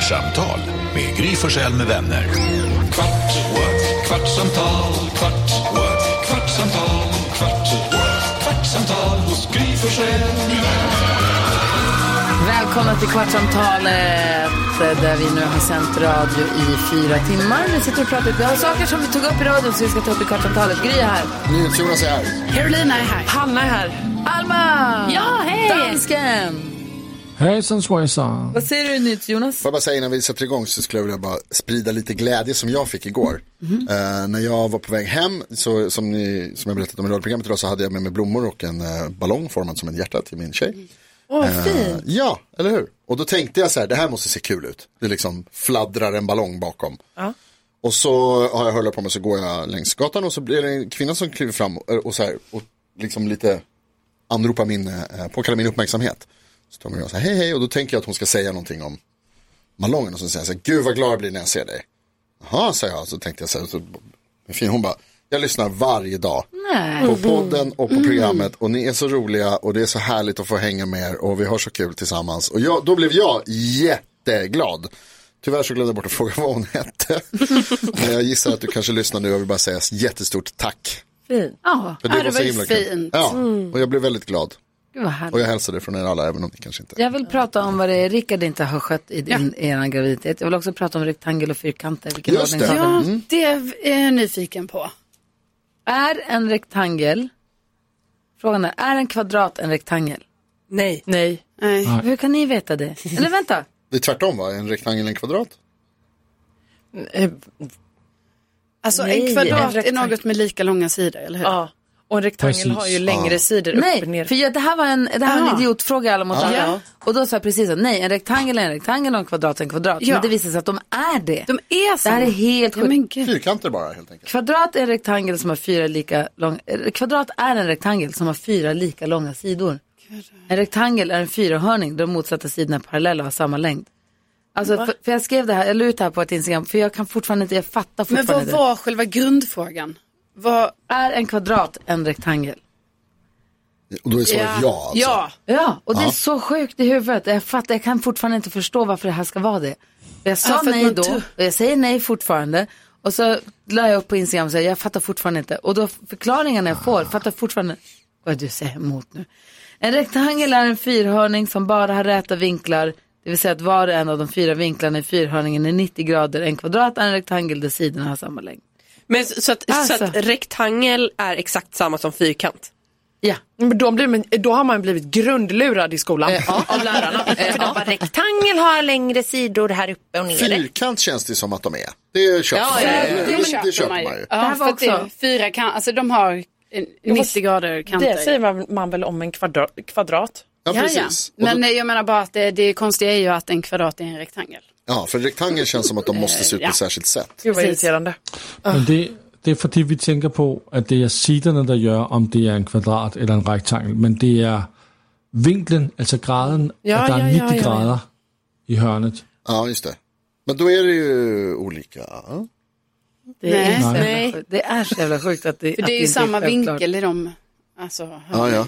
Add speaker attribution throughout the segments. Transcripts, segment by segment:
Speaker 1: Kvartsamtal med Gry Forssell med vänner. Kvart, what? Kvartsamtal, kvart, what? Kvartsamtal, kvart, what? Kvartsamtal hos Gry Forssell med vänner.
Speaker 2: Välkomna till Kvartsamtalet där vi nu har sänt radio i 4 timmar. Vi sitter och pratar. Vi har saker som vi tog upp i radio så vi ska ta upp i Kvartsamtalet. Gry är här.
Speaker 3: Jonas är här.
Speaker 4: Carolina är här.
Speaker 2: Hanna är här. Alma!
Speaker 4: Ja, hej!
Speaker 2: Dansken!
Speaker 5: Hejsan svejsan.
Speaker 2: Vad säger du nytt, Jonas?
Speaker 3: Får jag bara säga innan vi sätter igång så skulle jag vilja bara sprida lite glädje som jag fick igår. När jag var på väg hem, så, som jag berättade om i radioprogrammet idag, så hade jag med mig blommor och en ballong formad som en hjärta till min tjej.
Speaker 2: Fint.
Speaker 3: Ja, eller hur? Och då tänkte jag så här, det här måste se kul ut. Det liksom fladdrar en ballong bakom. Och så har jag hörlat på mig, så går jag längs gatan och så blir det en kvinna som kliver fram och så här, och liksom lite anropar påkallar min uppmärksamhet. Så tar man och säger hej, och då tänker jag att hon ska säga någonting om ballongen, och så säger jag så här, gud vad glad jag blir när jag ser dig. Jaha, sa jag, så tänkte jag så här, så hon bara, jag lyssnar varje dag på podden och på programmet, och ni är så roliga och det är så härligt att få hänga med er och vi har så kul tillsammans. Och då blev jag jätteglad. Tyvärr så glömde jag bort att fråga vad hon hette. Men jag gissar att du kanske lyssnar nu och vill bara säga jättestort tack.
Speaker 2: Fint.
Speaker 4: Ja,
Speaker 3: för det var så
Speaker 4: himla fint.
Speaker 3: Ja, och jag blev väldigt glad.
Speaker 2: Gud vad härligt.
Speaker 3: Och jag hälsade från er alla, även om ni kanske inte.
Speaker 2: Jag vill prata om vad det är Rickard inte har skött i er graviditet. Jag vill också prata om rektangel och fyrkanter.
Speaker 3: Just det.
Speaker 4: Ja, det är jag nyfiken på.
Speaker 2: Är en rektangel, frågan är en kvadrat en rektangel?
Speaker 4: Nej.
Speaker 2: Hur kan ni veta det? Eller vänta.
Speaker 3: Det är tvärtom, va? En rektangel, en kvadrat?
Speaker 4: Alltså en kvadrat är något med lika långa sidor, eller hur?
Speaker 6: Ja, och en rektangel har ju längre sidor upp och ner.
Speaker 2: Nej, för det här var en idiotfråga alla mot alla. Och då sa jag precis att nej, en rektangel är en rektangel och en kvadrat är en kvadrat.
Speaker 4: Ja.
Speaker 2: Men det visar sig att de är det.
Speaker 4: De är så.
Speaker 2: Det här är helt sjukt.
Speaker 3: Fyrkanter bara, helt enkelt.
Speaker 2: Kvadrat är en rektangel som har 4 lika långa... Kvadrat är en rektangel som har 4 lika långa sidor. En rektangel är en fyrahörning där de motsatta sidorna är parallella och har samma längd. Alltså, för jag skrev det här, jag la ut det här på ett Instagram, för jag kan fortfarande inte, jag fattar fortfarande inte.
Speaker 4: Men vad var själva grundfrågan? Vad
Speaker 2: är en kvadrat en rektangel?
Speaker 3: Och då är svaret ja, alltså.
Speaker 2: Ja, och det är så sjukt i huvudet. Jag kan fortfarande inte förstå varför det här ska vara det. Jag sa nej då, och jag säger nej fortfarande. Och så la jag upp på Instagram och säger, jag fattar fortfarande inte. Och då förklaringen jag får, fattar fortfarande vad du säger emot nu. En rektangel är en fyrhörning som bara har räta vinklar. Det vill säga att var och en av de 4 vinklarna i fyrhörningen är 90 grader. En kvadrat är en rektangel där sidorna har samma längd.
Speaker 6: Men så att rektangel är exakt samma som fyrkant?
Speaker 2: Ja.
Speaker 6: Men då har man blivit grundlurad i skolan av lärarna. För de bara, rektangel har längre sidor här uppe och nere.
Speaker 3: Fyrkant känns det som att de är. Det köper man ju. Det köper man ju.
Speaker 4: Ja,
Speaker 2: det här var
Speaker 4: för
Speaker 2: också...
Speaker 4: det 4 kan, alltså de har 90 grader kanter.
Speaker 6: Det säger man väl om en kvadrat?
Speaker 3: Ja, precis.
Speaker 4: Ja. Men jag menar bara att det konstiga är ju att en kvadrat är en rektangel.
Speaker 3: Ja, för rektangel känns som att de måste se ut på ett särskilt sätt.
Speaker 6: Gud vad irriterande.
Speaker 5: Men det är för att vi tänker på att det är sidorna där gör om det är en kvadrat eller en rektangel. Men det är vinkeln, alltså graden, att det är 90 grader i hörnet.
Speaker 3: Ja, just det. Men då är det ju olika.
Speaker 2: Det är så jävla sjukt att det...
Speaker 4: För det är ju samma vinkel i dem. Alltså,
Speaker 3: ja.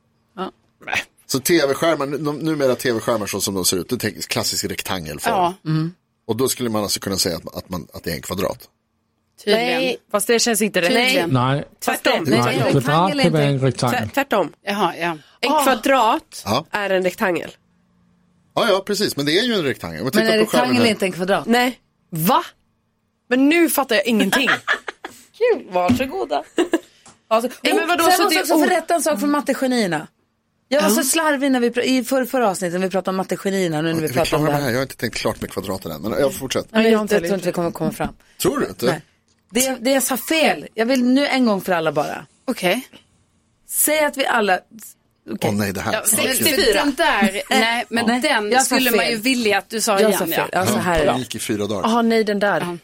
Speaker 3: Så tv-skärmar, numera tv-skärmar så som de ser ut, det är klassisk rektangelform. Ja. Och då skulle man alltså kunna säga att det är en kvadrat.
Speaker 4: Tydligen.
Speaker 6: Nej, fast det känns inte rätt.
Speaker 5: Nej.
Speaker 6: Tvärtom.
Speaker 5: Nej, en kvadrat kan vara en rektangel.
Speaker 6: Tvärtom.
Speaker 4: Jaha,
Speaker 6: En kvadrat är en rektangel.
Speaker 3: Ja, precis. Men det är ju en rektangel.
Speaker 2: Men en rektangel är inte en kvadrat.
Speaker 6: Nej. Va? Men nu fattar jag ingenting.
Speaker 2: Kul, varsågoda. Alltså, men vadå, så måste också förrätta en sak för mattegenierna. Jag var så slarvig när vi i förra avsnittet när vi pratade om mattegenierna. Nu när vi pratar om det här.
Speaker 3: Jag har inte tänkt klart med kvadraten än, men jag fortsätter.
Speaker 2: Jag tror inte vi kommer komma fram.
Speaker 3: Tror du inte?
Speaker 2: Nej. Det jag sa fel. Jag vill nu en gång för alla bara.
Speaker 4: Okej.
Speaker 2: Säg att vi alla...
Speaker 3: Åh nej, det här.
Speaker 4: 64. Nej, men den skulle man ju vilja att du sa igen.
Speaker 2: Jag sa fel. Ja, så här är det.
Speaker 3: gick i 4 dagar.
Speaker 6: Jaha, nej, den där.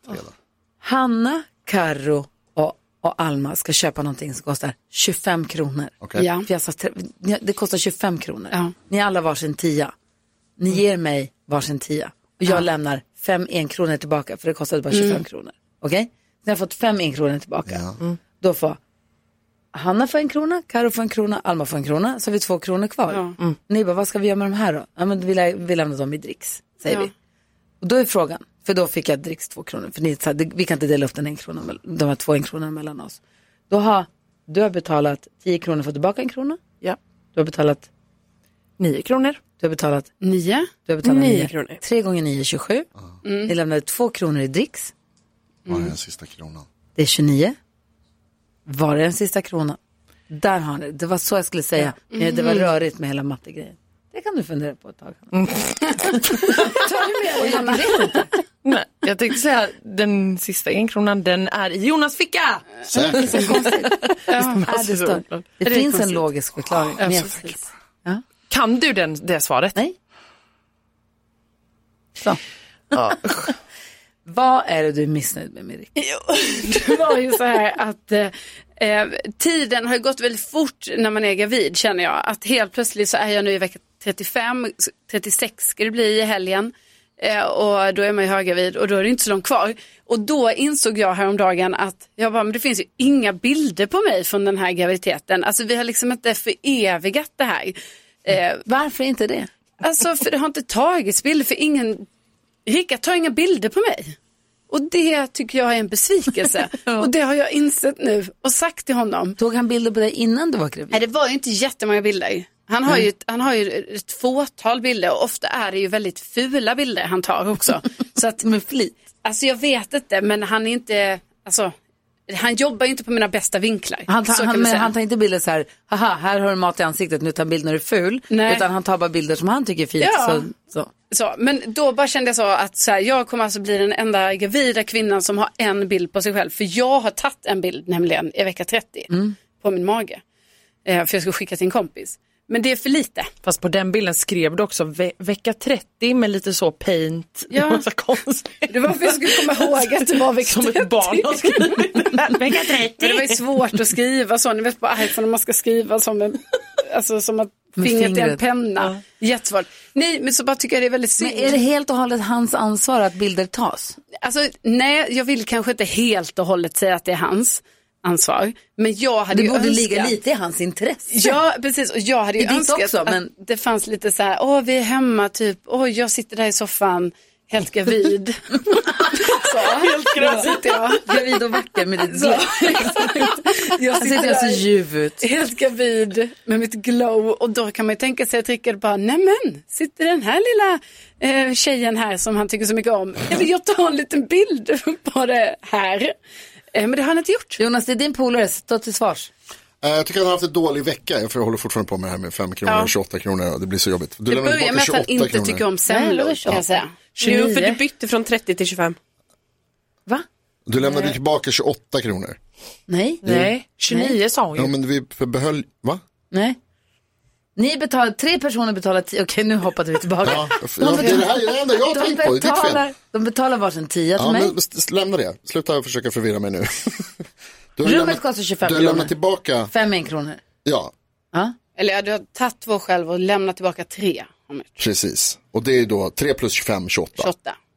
Speaker 2: Hanna, Karo och Alma ska köpa någonting som kostar 25 kronor.
Speaker 3: Okay.
Speaker 4: Ja.
Speaker 2: För jag sa, det kostar 25 kronor.
Speaker 4: Ja.
Speaker 2: Ni alla varsin 10. Ni ger mig varsin 10. Och jag lämnar 5 1-kronor tillbaka. För det kostade bara 25 kronor. Okej? Så jag har fått 5 1-kronor tillbaka.
Speaker 3: Ja.
Speaker 2: Då får Hanna får 1 krona, Karo får 1 krona, Alma får 1 krona. Så har vi 2 kronor kvar. Ni bara, vad ska vi göra med de här då? Ja, men vi lämnar dem i dricks, säger vi. Och då är frågan, för då fick jag dricks 2 kronor. För ni sa, vi kan inte dela upp den 1 krona, de har 2 1 kronor mellan oss. Du har betalat 10 kronor för tillbaka 1 krona.
Speaker 6: Ja.
Speaker 2: Du har betalat
Speaker 6: 9 kronor.
Speaker 2: Du har betalat
Speaker 4: 9.
Speaker 2: Du har betalat
Speaker 6: 9 kronor.
Speaker 2: 3 gånger 9 är 27. Ni lämnade 2 kronor i dricks.
Speaker 3: Var är den sista kronan?
Speaker 2: Det är 29. Var är den sista kronan? Där har ni. Det var så jag skulle säga. Det var rörigt med hela mattegrejen. Det kan du fundera på ett tag.
Speaker 4: Ta det med dig.
Speaker 6: Nej, jag tänkte säga den sista 1 kronan, den är i Jonas ficka.
Speaker 2: Det finns en logisk förklaring.
Speaker 6: Ja. Kan du det svaret?
Speaker 2: Nej. Så. Vad är det du är missnöjd med, Mirik?
Speaker 4: Det var ju så här att tiden har gått väldigt fort när man är gravid, känner jag. Att helt plötsligt så är jag nu i vecka 35, 36 ska det bli i helgen. Och då är man ju höggravid och då är det inte så långt kvar. Och då insåg jag häromdagen att men det finns ju inga bilder på mig från den här graviditeten. Alltså vi har liksom inte förevigat det här.
Speaker 2: Varför inte det?
Speaker 4: Alltså för det har inte tagits bilder, för Rickard tar inga bilder på mig. Och det tycker jag är en besvikelse. Och det har jag insett nu och sagt till honom.
Speaker 2: Tog han bilder på dig innan du var gravid?
Speaker 4: Nej, det var ju inte jättemånga bilder. Han har ju ett fåtal bilder och ofta är det ju väldigt fula bilder han tar också. Så att,
Speaker 2: med flit?
Speaker 4: Alltså jag vet inte, men han är inte, alltså han jobbar ju inte på mina bästa vinklar.
Speaker 2: Han tar inte bilder så här, haha, här har du mat i ansiktet, nu tar bild när du är ful. Nej. Utan han tar bara bilder som han tycker är fint.
Speaker 4: Ja. Så, men då bara kände jag så att så här, jag kommer alltså bli den enda gravida kvinnan som har en bild på sig själv. För jag har tagit en bild nämligen i vecka 30 på min mage. För jag skulle skicka till en kompis. Men det är för lite.
Speaker 6: Fast på den bilden skrev du också vecka 30 med lite så paint.
Speaker 4: Ja.
Speaker 6: Så konstigt.
Speaker 4: Det var för jag skulle komma ihåg att det var vecka 30.
Speaker 6: Som ett barn har skrivit. Vecka 30.
Speaker 4: Men det var ju svårt att skriva så. Ni vet på iPhone om man ska skriva som att fingret är en penna. Ja. Jättesvårt. Nej, men så bara tycker jag det är väldigt synd.
Speaker 2: Men är det helt och hållet hans ansvar att bilder tas?
Speaker 4: Alltså, nej, jag vill kanske inte helt och hållet säga att det är hans ansvar. Men jag hade
Speaker 2: det borde
Speaker 4: önskat...
Speaker 2: ligga lite i hans intresse.
Speaker 4: Ja, precis. Och jag hade ju önskat också, men... att det fanns lite så här, vi är hemma typ, jag sitter där i soffan helt gravid. Så, helt gravid.
Speaker 2: Gravid och vacker med ditt glow. Jag sitter så ljuv ut.
Speaker 4: Helt gravid med mitt glow. Och då kan man ju tänka sig att Rickard bara, nämen, sitter den här lilla tjejen här som han tycker så mycket om. Jag tar en liten bild på det här. Men det har han inte gjort.
Speaker 2: Jonas, det är din polare, stå till svars.
Speaker 3: Jag tycker han har haft en dålig vecka. Jag håller fortfarande på med det här med 5 kronor och 28 kronor. Det blir så jobbigt.
Speaker 4: Du börjar med att han inte kronor. Tycker om semlor, kan jag säga.
Speaker 6: 29. För du bytte från 30 till 25.
Speaker 2: Va?
Speaker 3: Du lämnade tillbaka 28 kronor.
Speaker 2: Nej.
Speaker 6: 29 sa hon ju.
Speaker 3: Ja, men vi behöll, va?
Speaker 2: Nej. Ni betalar, 3 personer betalar 10. Okej, nu hoppade vi tillbaka.
Speaker 3: Det är det här är det enda jag har tänkt på. Det är ditt fel.
Speaker 2: De betalar varsin 10 till mig.
Speaker 3: Men lämna det. Sluta försöka förvirra mig nu.
Speaker 2: Rummet kostar 25 kronor.
Speaker 3: Du har lämnat tillbaka
Speaker 2: 5 kronor.
Speaker 3: Ja.
Speaker 4: Eller du har tagit 2 själv och lämnat tillbaka 3.
Speaker 3: Precis. Och det är då 3 plus 25, 28.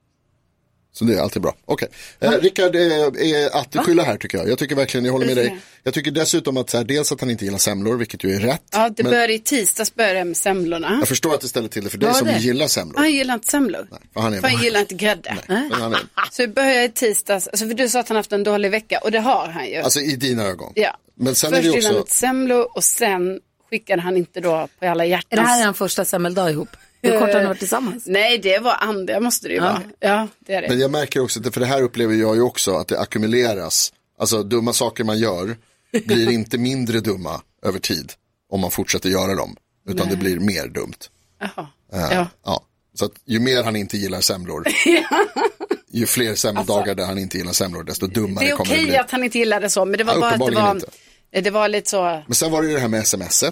Speaker 3: Så det är alltid bra. Okej. Rickard är att skylla här tycker jag. Jag tycker verkligen, jag håller med dig. Jag tycker dessutom att så här, dels att han inte gillar semlor, vilket ju är rätt.
Speaker 4: Ja, det började i tisdags med semlorna.
Speaker 3: Jag förstår att det ställer till det för dig som gillar semlor.
Speaker 4: Han gillar inte semlor.
Speaker 3: Nej,
Speaker 4: för han gillar inte grädde. Så det började i tisdags. Alltså för du sa att han haft en dålig vecka och det har han ju.
Speaker 3: Alltså i dina ögon.
Speaker 4: Ja.
Speaker 3: Men sen
Speaker 4: först
Speaker 3: är det också...
Speaker 4: gillade han inte semlor och sen skickade han inte då på alla hjärtans.
Speaker 2: Är det här en första semmeldag ihop? Hur kort har ni varit tillsammans?
Speaker 4: Nej, det var andra måste det ju vara. Ja, det är det.
Speaker 3: Men jag märker också, för det här upplever jag ju också, att det ackumuleras. Alltså dumma saker man gör blir inte mindre dumma över tid om man fortsätter göra dem. Utan det blir mer dumt.
Speaker 4: Jaha.
Speaker 3: Ja. Så att ju mer han inte gillar semlor, ju fler semmeldagar där han inte gillar semlor, desto dummare kommer det bli.
Speaker 4: Det är okej att han inte gillade så, men det var bara att det var lite så. Men
Speaker 3: sen var det ju det här med sms'et.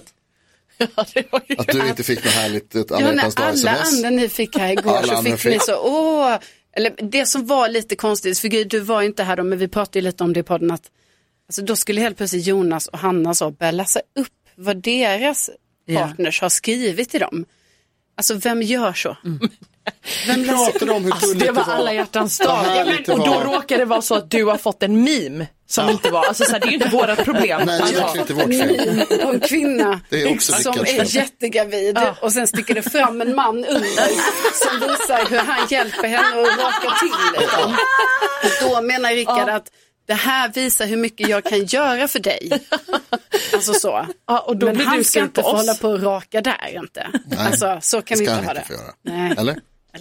Speaker 3: Att du inte fick något härligt
Speaker 4: alla andra ni fick här igår så fick ni så, eller det som var lite konstigt, för du var inte här då, men vi pratade ju lite om det i podden att alltså, då skulle helt plötsligt Jonas och Hanna så börja läsa upp vad deras partners har skrivit till dem. Alltså vem gör så?
Speaker 3: Vem pratar om hur
Speaker 6: alltså, det var alla hjärtans dag. Och då råkar det vara så att du har fått en meme som inte var, alltså så här, det är ju inte vårat problem.
Speaker 3: Nej, det är verkligen inte vårt fel.
Speaker 4: På en kvinna
Speaker 3: Det är också
Speaker 4: som
Speaker 3: Rickards fel.
Speaker 4: är jättegravid och sen sticker det fram en man under som visar hur han hjälper henne att raka till liksom. Och då menar Rickard att det här visar hur mycket jag kan göra för dig. Alltså så.
Speaker 6: Ja, och då
Speaker 4: men
Speaker 6: blir
Speaker 4: han
Speaker 6: du
Speaker 4: ska
Speaker 6: sur
Speaker 4: inte
Speaker 6: på
Speaker 4: få
Speaker 6: oss.
Speaker 4: hålla på och raka där inte.
Speaker 3: Nej,
Speaker 4: alltså så kan vi
Speaker 3: ska
Speaker 4: inte
Speaker 3: han
Speaker 4: ha
Speaker 3: inte
Speaker 4: det.
Speaker 3: få göra.
Speaker 4: Nej.
Speaker 3: Eller?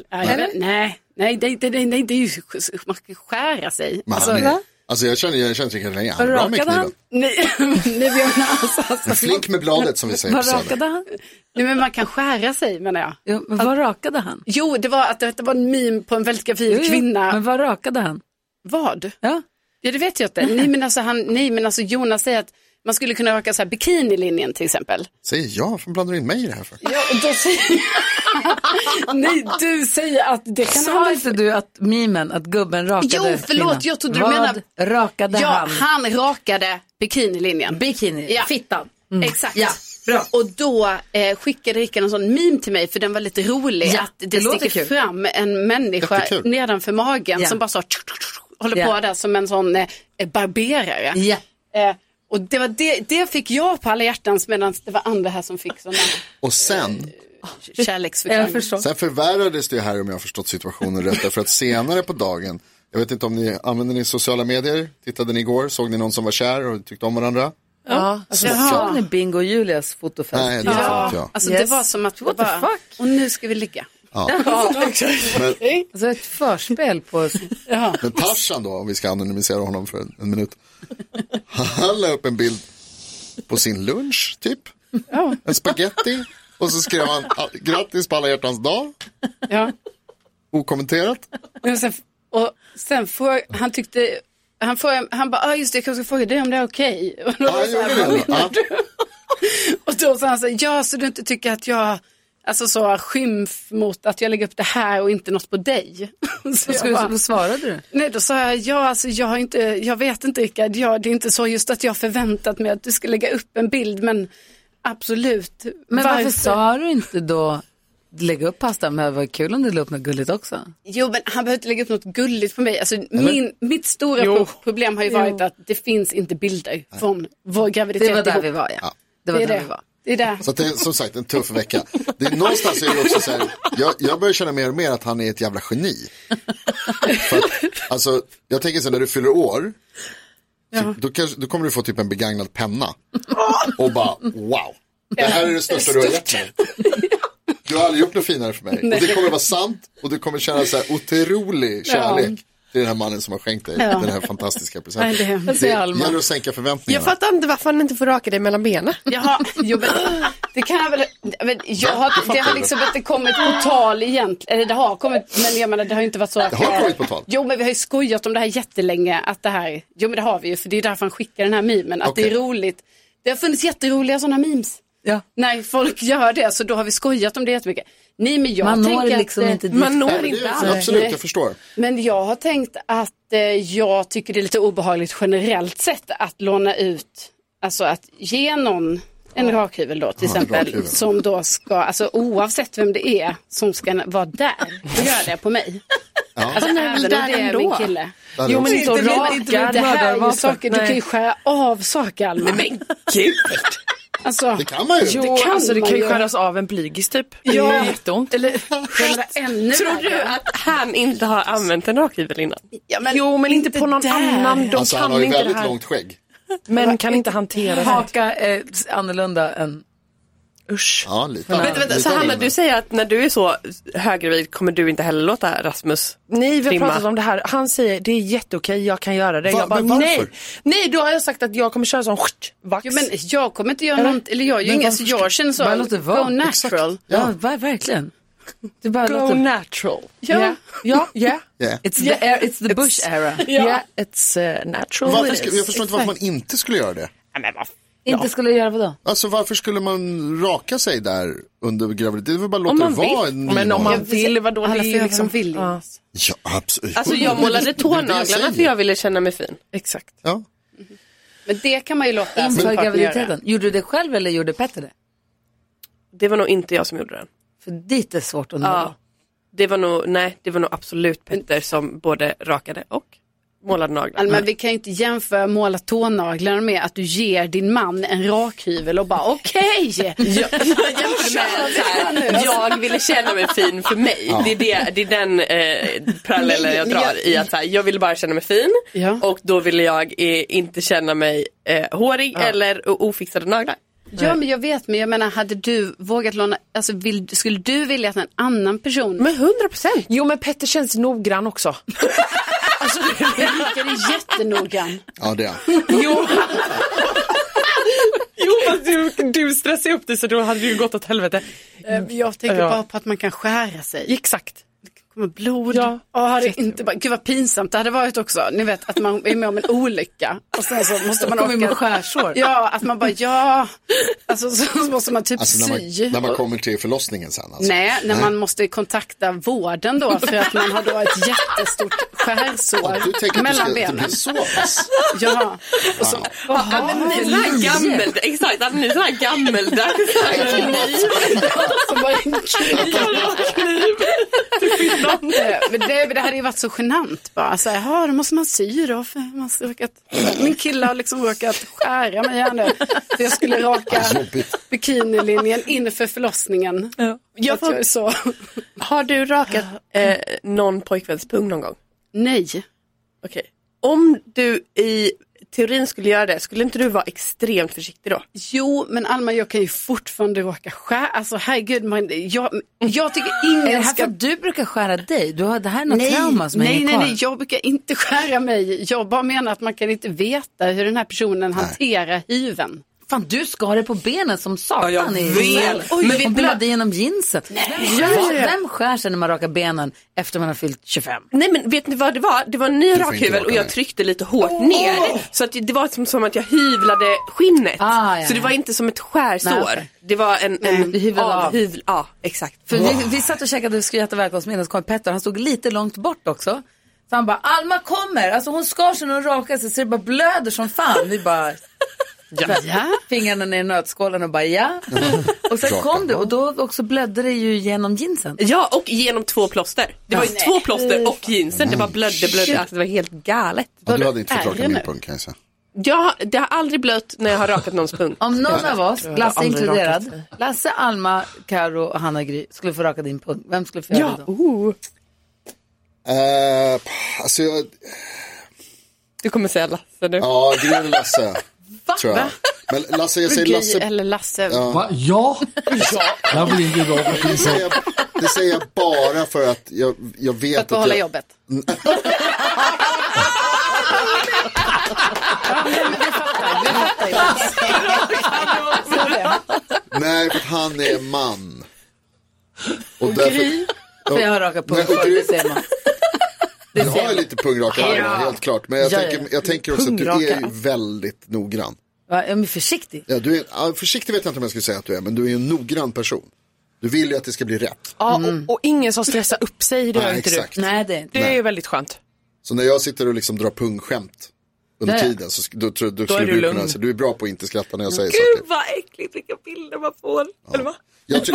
Speaker 4: Nej, det är ju man kan skära sig.
Speaker 3: Men
Speaker 4: Alltså,
Speaker 3: alltså jag känner Rickard länge. Han är bra med kniven.
Speaker 4: nej,
Speaker 3: En flink med bladet som vi säger på
Speaker 2: Vad
Speaker 3: Söder.
Speaker 2: rakade han?
Speaker 4: nej, men man kan skära sig menar jag.
Speaker 2: Jo, men vad rakade han?
Speaker 4: Jo, det var att det var en meme på en väldigt gravid kvinna.
Speaker 2: Men vad rakade han?
Speaker 4: Vad?
Speaker 2: Ja.
Speaker 4: Ja, det vet jag inte. Nej, men alltså Jonas säger att man skulle kunna raka så här bikinilinjen till exempel.
Speaker 3: Säger jag, varför blandar du in mig i det här för?
Speaker 4: Ja, och då säger nej, du säger att det kan
Speaker 2: Sa inte du att mimen, att gubben rakade
Speaker 4: Jo, förlåt,
Speaker 2: kvinnan?
Speaker 4: jag trodde du
Speaker 2: Vad
Speaker 4: menade
Speaker 2: rakade
Speaker 4: ja,
Speaker 2: han?
Speaker 4: rakade bikinilinjen.
Speaker 2: Bikini,
Speaker 4: Ja.
Speaker 2: fittan.
Speaker 4: Exakt.
Speaker 2: Ja, bra.
Speaker 4: Och då skickade Rickard en sån meme till mig för den var lite rolig.
Speaker 2: Ja,
Speaker 4: att det
Speaker 2: det låter
Speaker 4: sticker
Speaker 2: kul.
Speaker 4: fram en människa
Speaker 3: Jättekul.
Speaker 4: nedanför magen
Speaker 2: Ja.
Speaker 4: som bara så håller
Speaker 2: Ja.
Speaker 4: på där som en sån barberare.
Speaker 2: Ja.
Speaker 4: Och det var det fick jag på alla hjärtans medan det var andra här som fick sådana
Speaker 3: Och sen
Speaker 4: kärleksförklaringar.
Speaker 2: Jag förstår.
Speaker 3: Sen förvärrades det här om jag har förstått situationen rätt. Därför att senare på dagen, jag vet inte om ni använder ni sociala medier, tittade ni igår, såg ni någon som var kär och tyckte om varandra?
Speaker 6: Ja.
Speaker 2: Alltså, såg ni Bingo och Julias fotofest?
Speaker 3: Nej, det ja. Inte jag.
Speaker 4: Alltså
Speaker 2: Yes.
Speaker 4: det var som att
Speaker 2: What the
Speaker 4: bara,
Speaker 2: fuck?
Speaker 4: och nu ska vi ligga.
Speaker 2: Alltså ett förspel på...
Speaker 3: Men Tarzan då, om vi ska anonymisera honom för en minut. Han la upp en bild på sin lunch, typ. En spaghetti. Och så skrev han grattis på alla hjärtans dag.
Speaker 4: Ja.
Speaker 3: Okommenterat.
Speaker 4: Och sen får han tyckte han bara, just det, jag ska fråga dig om det är okej. Och då var så här, vad menar du? Och då sa han så här, ja, så du inte tycker att jag, alltså så skymf mot att jag lägger upp det här och inte något på dig. Så
Speaker 2: Vad svarade du?
Speaker 4: nej, då sa jag, ja, alltså jag vet inte Rickard, ja, det är inte så just att jag förväntat mig att du ska lägga upp en bild, men absolut.
Speaker 2: Men varför sa du inte då lägga upp pasta? Men det var kul om du la upp något gulligt också.
Speaker 4: Jo, men han behöver inte lägga upp något gulligt på mig. Alltså, mitt stora problem har ju varit att det finns inte bilder från vår graviditet.
Speaker 2: Det var där
Speaker 4: ihop.
Speaker 2: vi var, ja.
Speaker 4: Det var där vi var. Det är där.
Speaker 3: Så att det är som sagt en tuff vecka. Det är, någonstans är det också så här, jag börjar känna mer och mer att han är ett jävla geni. För att, alltså, jag tänker så när du fyller år, då kommer du få typ en begagnad penna. Och bara, wow. Det här är det största du har gett mig. Du har aldrig gjort något finare för mig. Och det kommer vara sant. Och du kommer känna så här otrolig kärlek till den här mannen som har skänkt dig den här fantastiska presenten. Det gäller att sänka förväntningarna.
Speaker 6: Jag fattar inte varför han inte får raka dig mellan benen.
Speaker 4: Jaha, jo, men det kan jag väl. Men det har liksom inte kommit på tal egentligen. Eller det har kommit, men jag menar det har inte varit så.
Speaker 3: Det har kommit på tal.
Speaker 4: Jo, men vi har ju skojat om det här jättelänge. Att det här, jo men det har vi ju, för det är därför han skickar den här memen. Att det är roligt. Det har funnits jätteroliga sådana memes.
Speaker 2: Ja.
Speaker 4: När folk gör det, så då har vi skojat om det jättemycket. Nej, men jag
Speaker 2: man
Speaker 4: tänker
Speaker 2: når liksom
Speaker 4: att,
Speaker 2: inte dit.
Speaker 6: Man når inte alls.
Speaker 3: Absolut, jag förstår.
Speaker 4: Men jag har tänkt att jag tycker det är lite obehagligt generellt sett att låna ut, alltså att ge någon en rakhyvel då till exempel, som då ska, alltså oavsett vem det är som ska vara där och göra det på mig.
Speaker 3: Ja.
Speaker 4: Alltså även om det är min kille.
Speaker 6: Jo, men inte
Speaker 4: raka. Det här är ju saker, du kan ju skära av saker allmänt.
Speaker 6: Men gud!
Speaker 4: Alltså,
Speaker 3: Det kan man ju.
Speaker 6: Jo,
Speaker 4: det kan
Speaker 6: alltså det
Speaker 4: man
Speaker 6: kan ju
Speaker 4: ju.
Speaker 6: skäras av en blygis typ. Det
Speaker 4: Ja.
Speaker 6: är jätteont.
Speaker 4: eller ännu
Speaker 6: Tror du
Speaker 4: värre.
Speaker 6: att han inte har använt en rakhyvel innan?
Speaker 4: Ja, men
Speaker 6: Jo, men inte på någon
Speaker 4: där.
Speaker 6: annan. De
Speaker 3: Alltså han
Speaker 6: kan
Speaker 3: har ju
Speaker 6: inte det
Speaker 3: väldigt
Speaker 6: här.
Speaker 3: långt skägg.
Speaker 6: Men kan inte hantera det.
Speaker 2: Haka är annorlunda än...
Speaker 6: Usch.
Speaker 3: Ja, lite.
Speaker 6: Vänta,
Speaker 3: Lite
Speaker 6: så Hanna,
Speaker 3: annorlunda.
Speaker 6: du säger att när du är så höggravid kommer du inte heller låta Rasmus
Speaker 7: Nej, vi har
Speaker 6: trimma.
Speaker 7: pratat om det här. Han säger det är jätteokej, jag kan göra det. Jag bara,
Speaker 3: men varför?
Speaker 7: nej, då har jag sagt att jag kommer köra sån vax.
Speaker 4: Jo, men jag kommer inte göra något, eller jag är ju
Speaker 3: Men
Speaker 4: ingen,
Speaker 3: varför
Speaker 4: så jag känner så,
Speaker 2: Bara låt det vara.
Speaker 4: go natural.
Speaker 2: Ja, verkligen. Det bara
Speaker 6: Go
Speaker 2: låter...
Speaker 6: natural.
Speaker 7: ja,
Speaker 3: Yeah.
Speaker 2: It's the Bush era.
Speaker 7: yeah, it's natural.
Speaker 3: Varför
Speaker 7: it is.
Speaker 3: jag förstår inte varför man inte skulle göra det.
Speaker 2: Inte skulle göra vad då?
Speaker 3: Alltså varför skulle man raka sig där under graviditet? Det är väl bara
Speaker 6: Om
Speaker 3: låta
Speaker 6: man
Speaker 3: det vara
Speaker 6: vill.
Speaker 3: en
Speaker 7: Men om man
Speaker 3: minor.
Speaker 7: vill, vadå?
Speaker 4: Alla
Speaker 7: Det
Speaker 4: får
Speaker 7: är
Speaker 4: göra vad
Speaker 7: liksom...
Speaker 4: de vill.
Speaker 7: Ja,
Speaker 3: Ja, absolut.
Speaker 6: Alltså jag målade
Speaker 3: Det är det
Speaker 6: tånaglarna
Speaker 3: jag säger.
Speaker 6: för jag ville känna mig fin.
Speaker 7: exakt.
Speaker 3: Ja.
Speaker 4: Men det kan man ju låta sin
Speaker 2: Inför
Speaker 4: partner göra.
Speaker 2: graviditeten. Gjorde du det själv eller gjorde Petter det?
Speaker 6: Det var nog inte jag som gjorde den.
Speaker 2: För dit är svårt att nå.
Speaker 6: Ja. Det var nog absolut Petter som både rakade och målade naglar.
Speaker 4: Men vi kan ju inte jämföra måla tånaglarna med att du ger din man en rakhyvel och bara okej.
Speaker 6: Jag ville känna mig fin för mig. Ja. Det är den parallellen jag drar i att så här, jag ville bara känna mig fin och då ville jag inte känna mig hårig eller ofixade naglar.
Speaker 4: Ja, men jag vet, men jag menar, hade du vågat låna, alltså skulle du vilja att en annan person...
Speaker 6: Men 100%.
Speaker 7: Jo, men Petter känns noggrann också.
Speaker 4: Alltså, Rickard är jättenoggrann.
Speaker 3: Ja, det är.
Speaker 6: Jo, fast du stressar upp dig så då hade det ju gått åt helvete.
Speaker 4: Jag tänker bara på att man kan skära sig.
Speaker 6: Exakt.
Speaker 4: Kommer blod. Inte bara, gud vad pinsamt det hade varit också. Ni vet att man är med om en olycka och sen så måste man
Speaker 2: åka med skärsår.
Speaker 4: Ja, att man bara alltså så måste man typ sy.
Speaker 3: När man kommer till förlossningen sen alltså.
Speaker 4: Nej, när man måste kontakta vården då för att man har då ett jättestort skärsår mellan benen.
Speaker 3: Du så pass.
Speaker 4: Ja. Och så
Speaker 6: ni är så här gammeldags. Exakt, att ni är så här gammeldags.
Speaker 4: Som bara en kniv. Men det hade ju varit så genant bara. Så här, då måste man sy då. För man min kille har liksom råkat skära mig här nu. Så jag skulle raka bikinilinjen inför förlossningen.
Speaker 6: Ja.
Speaker 4: Så.
Speaker 6: Har du rakat någon pojkväns pung någon gång?
Speaker 4: Nej.
Speaker 6: Okej. Om du i teorin skulle göra det, skulle inte du vara extremt försiktig då?
Speaker 4: Jo, men Alma, jag kan ju fortfarande råka skära. Alltså herregud, jag tycker ingen
Speaker 2: är det här för att du brukar skära dig? Du har det här något trauma som är kvar?
Speaker 4: Nej, jag brukar inte skära mig. Jag bara menar att man kan inte veta hur den här personen hanterar hyven.
Speaker 2: Fan, du skar det på benen som satan.
Speaker 6: Ja, jag vet.
Speaker 2: Men vi blödde genom jeansen. Vem skär sig när man rakar benen efter man har fyllt 25?
Speaker 6: Nej, men vet ni vad det var? Det var en ny rakhyvel och jag tryckte lite hårt ner. Så att det var som att jag hyvlade skinnet. Så det var inte som ett skärsår. Nej. Det var en hyvel. Ja, exakt.
Speaker 2: För vi satt och käkade skryta välkomstmiddag och så kom Petter. Han stod lite långt bort också. Så han bara, Alma kommer. Alltså hon skar sig och rakar sig så det bara blöder som fan. Vi bara... Ja. Fingrarna ner i nötskålen och bara och sen kom det och då också blödde det ju genom jeansen.
Speaker 6: Ja, och genom 2 plåster. Det var ju 2 plåster och jeansen. Det bara blödde. Alltså det var helt galet.
Speaker 3: Ja, du hade inte fått raka min pung kan jag säga.
Speaker 6: Ja, det har aldrig blött när jag har rakat någons pung.
Speaker 2: Om någon av oss, Lasse inkluderad, Lasse, Alma, Karo och Hanna Gry skulle få raka din pung. Vem skulle få göra det då?
Speaker 3: Alltså
Speaker 6: du kommer säga Lasse nu.
Speaker 3: Ja, Gry eller Lasse. Tror jag. Men Lasse, jag säger Lasse.
Speaker 4: Eller Lasse.
Speaker 5: Ja. Jag vill inte raka din pung.
Speaker 3: Det säger jag bara för att jag vet
Speaker 4: för att behålla jobbet.
Speaker 3: Nej, för att han är man. Och
Speaker 2: därför... För jag har rakat pung för det ser man.
Speaker 3: Du har ju lite pungraka helt klart. Men jag tänker också att du är ju väldigt noggrann.
Speaker 2: Ja, jag är försiktig.
Speaker 3: Ja, försiktig vet jag inte om jag skulle säga att du är. Men du är en noggrann person. Du vill ju att det ska bli rätt.
Speaker 7: Ja, och ingen som stressar upp sig. Det gör inte
Speaker 3: exakt.
Speaker 7: du.
Speaker 2: Nej,
Speaker 7: det är ju väldigt skönt.
Speaker 3: Så när jag sitter och liksom drar pungskämt under tiden så då skulle du kunna säga, du är bra på att inte skratta när jag säger saker.
Speaker 6: Gud vad äckligt, vilka bilder man får. Ja. Eller vad?
Speaker 3: Jag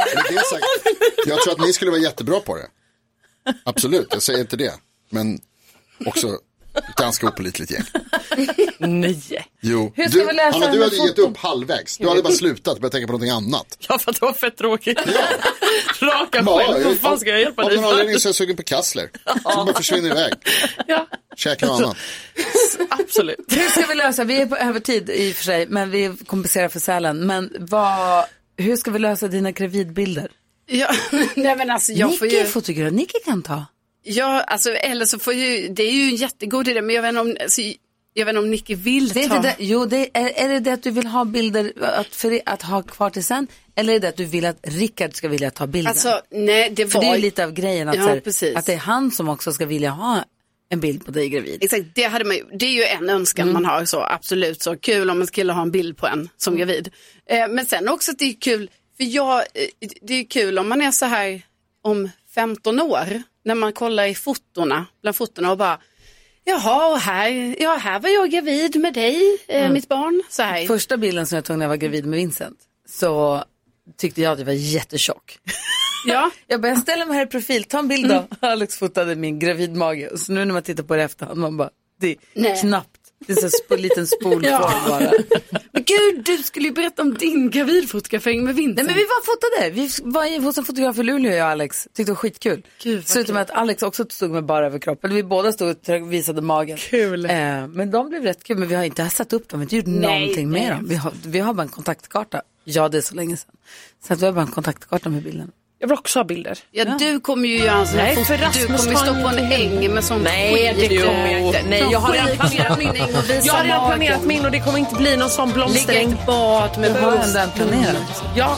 Speaker 3: tror att ni skulle vara jättebra på det. Absolut, jag säger inte det. Men också ganska opålitligt gäng.
Speaker 6: Nej.
Speaker 3: Jo.
Speaker 2: Hur ska vi läsa
Speaker 3: Hanna, du hade gett upp halvvägs. Du hade bara slutat börjat tänka på någonting annat.
Speaker 6: Ja, för att det var fett tråkigt.
Speaker 3: Ja.
Speaker 6: Raka själv. Vad fan ska jag hjälpa dig?
Speaker 3: Av någon anledning så är jag sugen på kassler. Så bara försvinner iväg.
Speaker 6: Ja.
Speaker 3: Käka något annat.
Speaker 6: Absolut.
Speaker 2: Hur ska vi lösa? Vi är på övertid i och för sig, men vi kompenserar för Sälen. Men hur ska vi lösa dina gravidbilder?
Speaker 4: Ja, nej men alltså jag får ju...
Speaker 2: fotograf, Nicky kan ta.
Speaker 4: Ja, alltså eller så får ju, det är ju en jättegod idé, men jag vet inte om Nicky vill ta.
Speaker 2: Är det det att du vill ha bilder att ha kvar till sen? Eller är det att du vill att Rickard ska vilja ta bilder?
Speaker 4: Alltså, nej, det var...
Speaker 2: För det är ju lite av grejen att,
Speaker 4: att
Speaker 2: det är han som också ska vilja ha en bild på dig gravid.
Speaker 4: Exakt, det är ju en önskan man har, så absolut, så kul om man skulle ha en bild på en som gravid. Men sen också att det är kul, för det är kul om man är så här om 15 år, när man kollar bland fotona och bara, jaha, och här var jag gravid med dig, mitt barn. Så här.
Speaker 2: Första bilden som jag tog när jag var gravid med Vincent, så tyckte jag att jag var jättetjock.
Speaker 4: Ja.
Speaker 2: Jag ställa mig här i profil, ta en bild då. Alex fotade min gravidmage. Och så nu när man tittar på det efterhand, man bara, knappt. Det är så liten spolform bara.
Speaker 4: Men gud, du skulle ju berätta om din gravidfotografering med Vincent.
Speaker 2: Nej, men vi var fotade. Vi var hos en fotograf i Luleå, jag och Alex. Tyckte det var skitkul. Slutet med att Alex också stod med bara över kroppen. Vi båda stod och visade magen.
Speaker 4: Kul.
Speaker 2: Men de blev rätt kul. Men vi har inte satt upp dem. Vi har inte gjort någonting med dem. Vi har bara en kontaktkarta. Ja, det är så länge sedan. Så att vi har bara en kontaktkarta med bilden.
Speaker 7: Jag vill också ha bilder.
Speaker 4: Ja, du kommer ju göra en sån här foto. Du kommer ju stå på en äng med sånt.
Speaker 7: Nej, det kommer jag inte. Nej, jag har redan planerat min och det kommer inte bli någon sån blomstring.
Speaker 4: Ligga ett bad med
Speaker 2: planerat.
Speaker 7: Ja.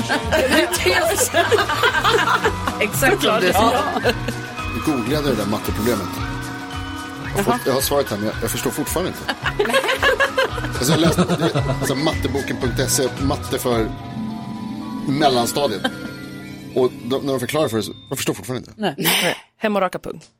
Speaker 2: Exakt som du sa.
Speaker 3: Jag googlade det där matteproblemet. Jag har svaret här, men jag förstår fortfarande inte. Alltså jag läste matteboken.se, matte för mellanstadiet. Och när de förklarar för det så jag förstår fortfarande inte.
Speaker 7: Nej. Hem och raka pung.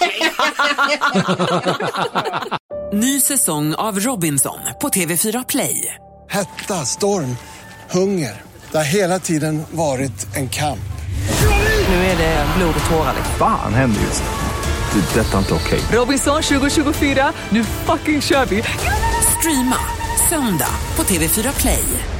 Speaker 8: Ny säsong av Robinson på TV4 Play.
Speaker 9: Hetta, storm, hunger. Det har hela tiden varit en kamp.
Speaker 8: Nu är det blod och tårar.
Speaker 10: Fan händer just det. Det är detta inte okej.
Speaker 8: Robinson 2024, nu fucking kör vi. Streama söndag på TV4 Play.